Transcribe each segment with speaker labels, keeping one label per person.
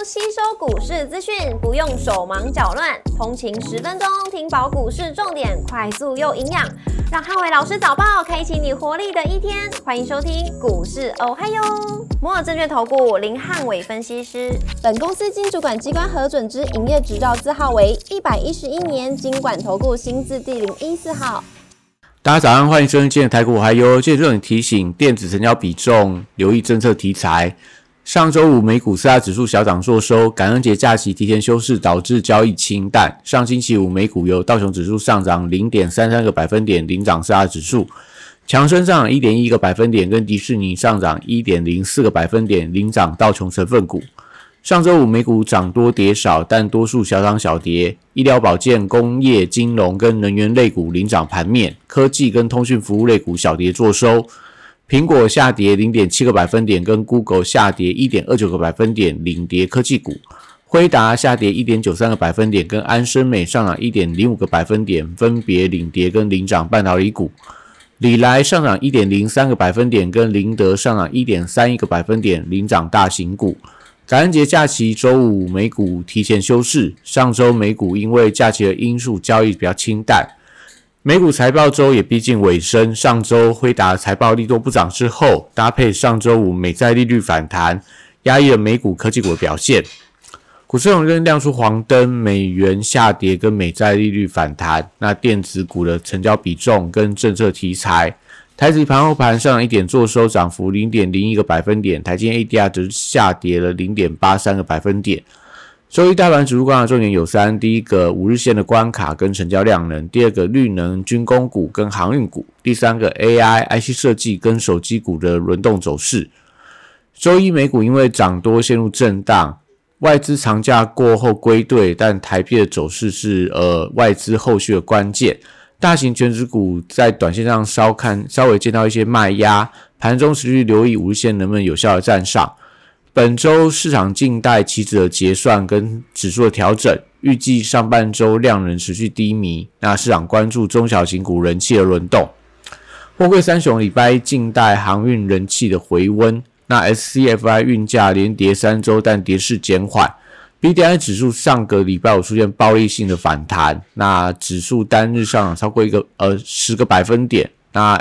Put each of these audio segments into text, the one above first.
Speaker 1: 吸收股市资讯，不用手忙脚乱，通勤10分钟听饱股市重点，快速又营养，让汉伟老师早报开启你活力的一天。欢迎收听股市哦嗨哟，摩尔证券投顾林汉伟分析师。本公司经主管机关核准之营业执照字号为111年金管投顾新字第014号。
Speaker 2: 大家早上，欢迎收听今天的台股还有借这种提醒，电子成交比重，留意政策题材。上周五美股4大指数小涨作收，感恩节假期提前休市导致交易清淡。上星期五美股由道琼指数上涨 0.33 个百分点领涨4大指数，强生上涨 1.1 个百分点，跟迪士尼上涨 1.04 个百分点领涨道琼成分股。上周五美股涨多跌少，但多数小涨小跌，医疗保健、工业、金融跟能源类股领涨盘面，科技跟通讯服务类股小跌作收。苹果下跌 0.7 个百分点，跟 Google 下跌 1.29 个百分点领跌科技股。辉达下跌 1.93 个百分点，跟安森美上涨 1.05 个百分点，分别领跌跟领涨半导体股。礼来上涨 1.03 个百分点，跟林德上涨 1.31 个百分点领涨大型股。感恩节假期周五美股提前休市，上周美股因为假期的因素交易比较清淡，美股财报周也逼近尾声，上周辉达财报利多不涨之后，搭配上周五美债利率反弹，压抑了美股科技股的表现。股市红灯亮出黄灯，美元下跌跟美债利率反弹，那电子股的成交比重跟政策题材。台指盘后盘上涨1点作收，涨幅 0.01 个百分点，台积电 ADR 则下跌了 0.83 个百分点。周一大盘指数观察重点有3，第一个5日线的关卡跟成交量能，第二个绿能、军工股跟航运股，第三个 AI、IC 设计跟手机股的轮动走势。周一美股因为涨多陷入震荡，外资长假过后归队，但台币的走势是外资后续的关键。大型全指股在短线上稍微见到一些卖压，盘中持续留意5日线能不能有效的站上。本周市场静待期指的结算跟指数的调整，预计上半周量能持续低迷，那市场关注中小型股人气的轮动。货柜三雄礼拜一静待航运人气的回温，那 SCFI 运价连跌3周，但跌势减缓。BDI 指数上个礼拜五出现暴力性的反弹，那指数单日上涨超过10个百分点，那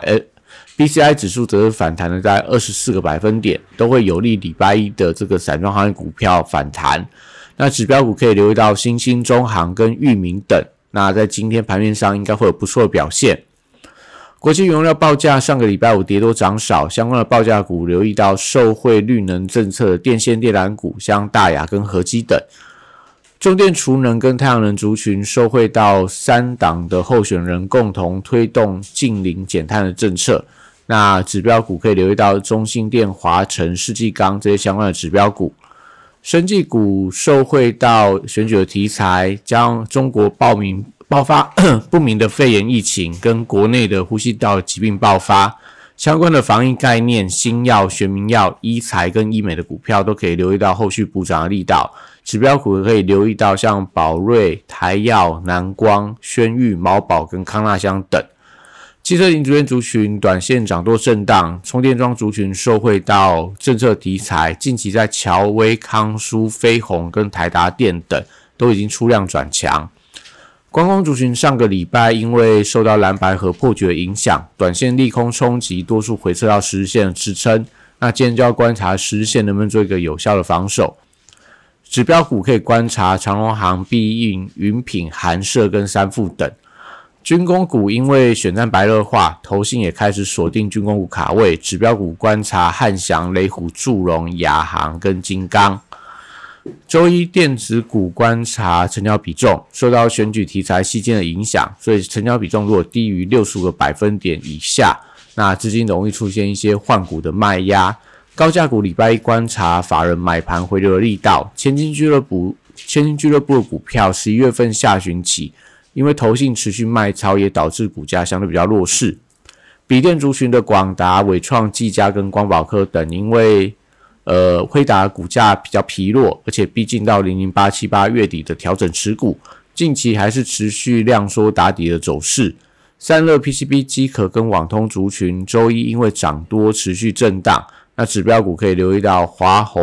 Speaker 2: BCI 指数则是反弹了在24个百分点，都会有利礼拜一的这个散装航运股票反弹。那指标股可以留意到新兴、中航跟裕民等，那在今天盘面上应该会有不错的表现。国际原料报价上个礼拜五跌多涨少，相关的报价股留意到受惠绿能政策的电线电缆股，像大亚跟和基等。重电储能跟太阳能族群受惠到3党的候选人共同推动净零减碳的政策。那指标股可以留意到中信电、华城、世纪钢这些相关的指标股。生技股受惠到选举的题材，加上中国爆发不明的肺炎疫情跟国内的呼吸道疾病爆发，相关的防疫概念、新药、学名药、医材跟医美的股票都可以留意到后续补涨的力道。指标股可以留意到像宝瑞、台药、南光、轩裕、毛宝跟康纳香等。汽车零组件族群短线涨多震荡，充电桩族群受惠到政策题材，近期在乔威、康舒、飞鸿跟台达电等都已经出量转强。观光族群上个礼拜因为受到蓝白合破局的影响，短线利空冲击，多数回撤到10日线的支撑。那今天就要观察10日线能不能做一个有效的防守。指标股可以观察长荣航、必应、云品、寒舍跟三富等。军工股因为选战白热化，投信也开始锁定军工股卡位，指标股观察汉翔、雷虎、祝融、亚航跟金刚。周一电子股观察成交比重，受到选举题材细件的影响，所以成交比重如果低于65个百分点以下，那资金容易出现一些换股的卖压。高价股礼拜一观察法人买盘回流的力道，千金俱乐部的股票11月份下旬起，因为投信持续卖超，也导致股价相对比较弱势。笔电族群的广达、伟创、技嘉跟光宝科等，因为辉达股价比较疲弱，而且逼近到00878月底的调整持股，近期还是持续量缩打底的走势。散热 PCB 机壳跟网通族群周一因为涨多持续震荡，那指标股可以留意到华宏、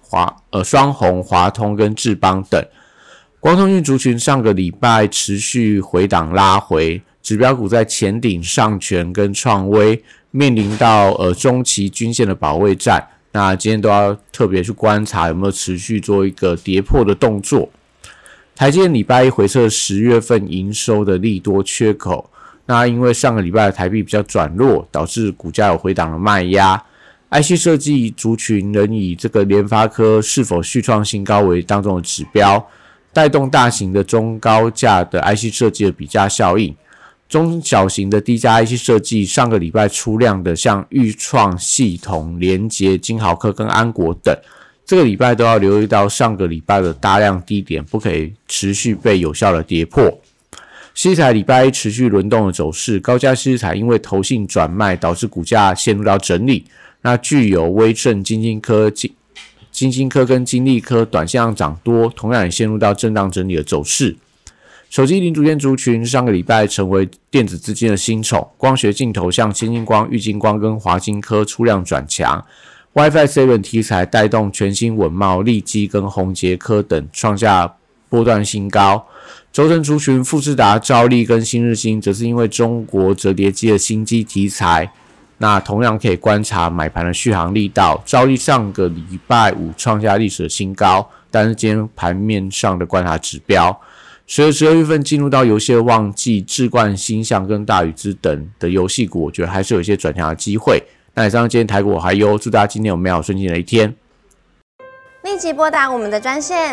Speaker 2: 双虹、华通跟智邦等。光通讯族群上个礼拜持续回档拉回，指标股在前顶上权跟创威面临到中期均线的保卫战，那今天都要特别去观察有没有持续做一个跌破的动作。台积电礼拜一回测10月份营收的利多缺口，那因为上个礼拜的台币比较转弱，导致股价有回档的卖压。IC 设计族群仍以这个联发科是否续创新高为当中的指标，带动大型的中高价的 IC 设计的比价效应。中小型的低价 IC 设计上个礼拜出量的像裕创、系统、联捷、金豪科跟安国等，这个礼拜都要留意到上个礼拜的大量低点不可以持续被有效的跌破。矽彩礼拜一持续轮动的走势，高价矽彩因为投信转卖导致股价陷入到整理，那具有威盛、金晶科跟金利科短线上涨多，同样也陷入到震荡整理的走势。手机零组件族群上个礼拜成为电子资金的新宠，光学镜头像先进光、玉晶光跟华晶科出量转强， WiFi 7 题材带动全新稳懋、利基跟宏捷科等创下波段新高。轴承族群富士达、兆利跟新日新则是因为中国折叠机的新机题材，那同样可以观察买盘的续航力道。兆利上个礼拜五创下历史的新高，但是今天盘面上的观察指标，随着12月份进入到游戏的旺季，智冠、星象跟大宇资等的游戏股，我觉得还是有一些转强的机会。那以上今天台股我还有，祝大家今天有美好顺境的一天。
Speaker 1: 立即拨打我们的专线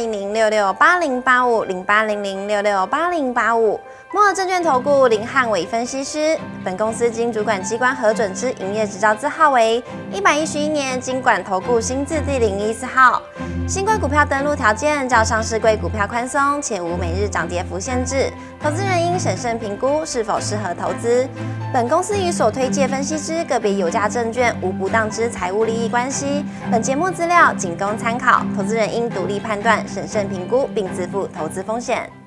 Speaker 1: 0800668085 0800668085。摩尔证券投顾林汉伟分析师，本公司经主管机关核准之营业执照字号为111年金管投顾新字第014号。新规股票登录条件较上市柜股票宽松，且无每日涨跌幅限制，投资人应审慎评估是否适合投资。本公司与所推介分析之个别有价证券无不当之财务利益关系。本节目资料仅供参考，投资人应独立判断、审慎评估，并自负投资风险。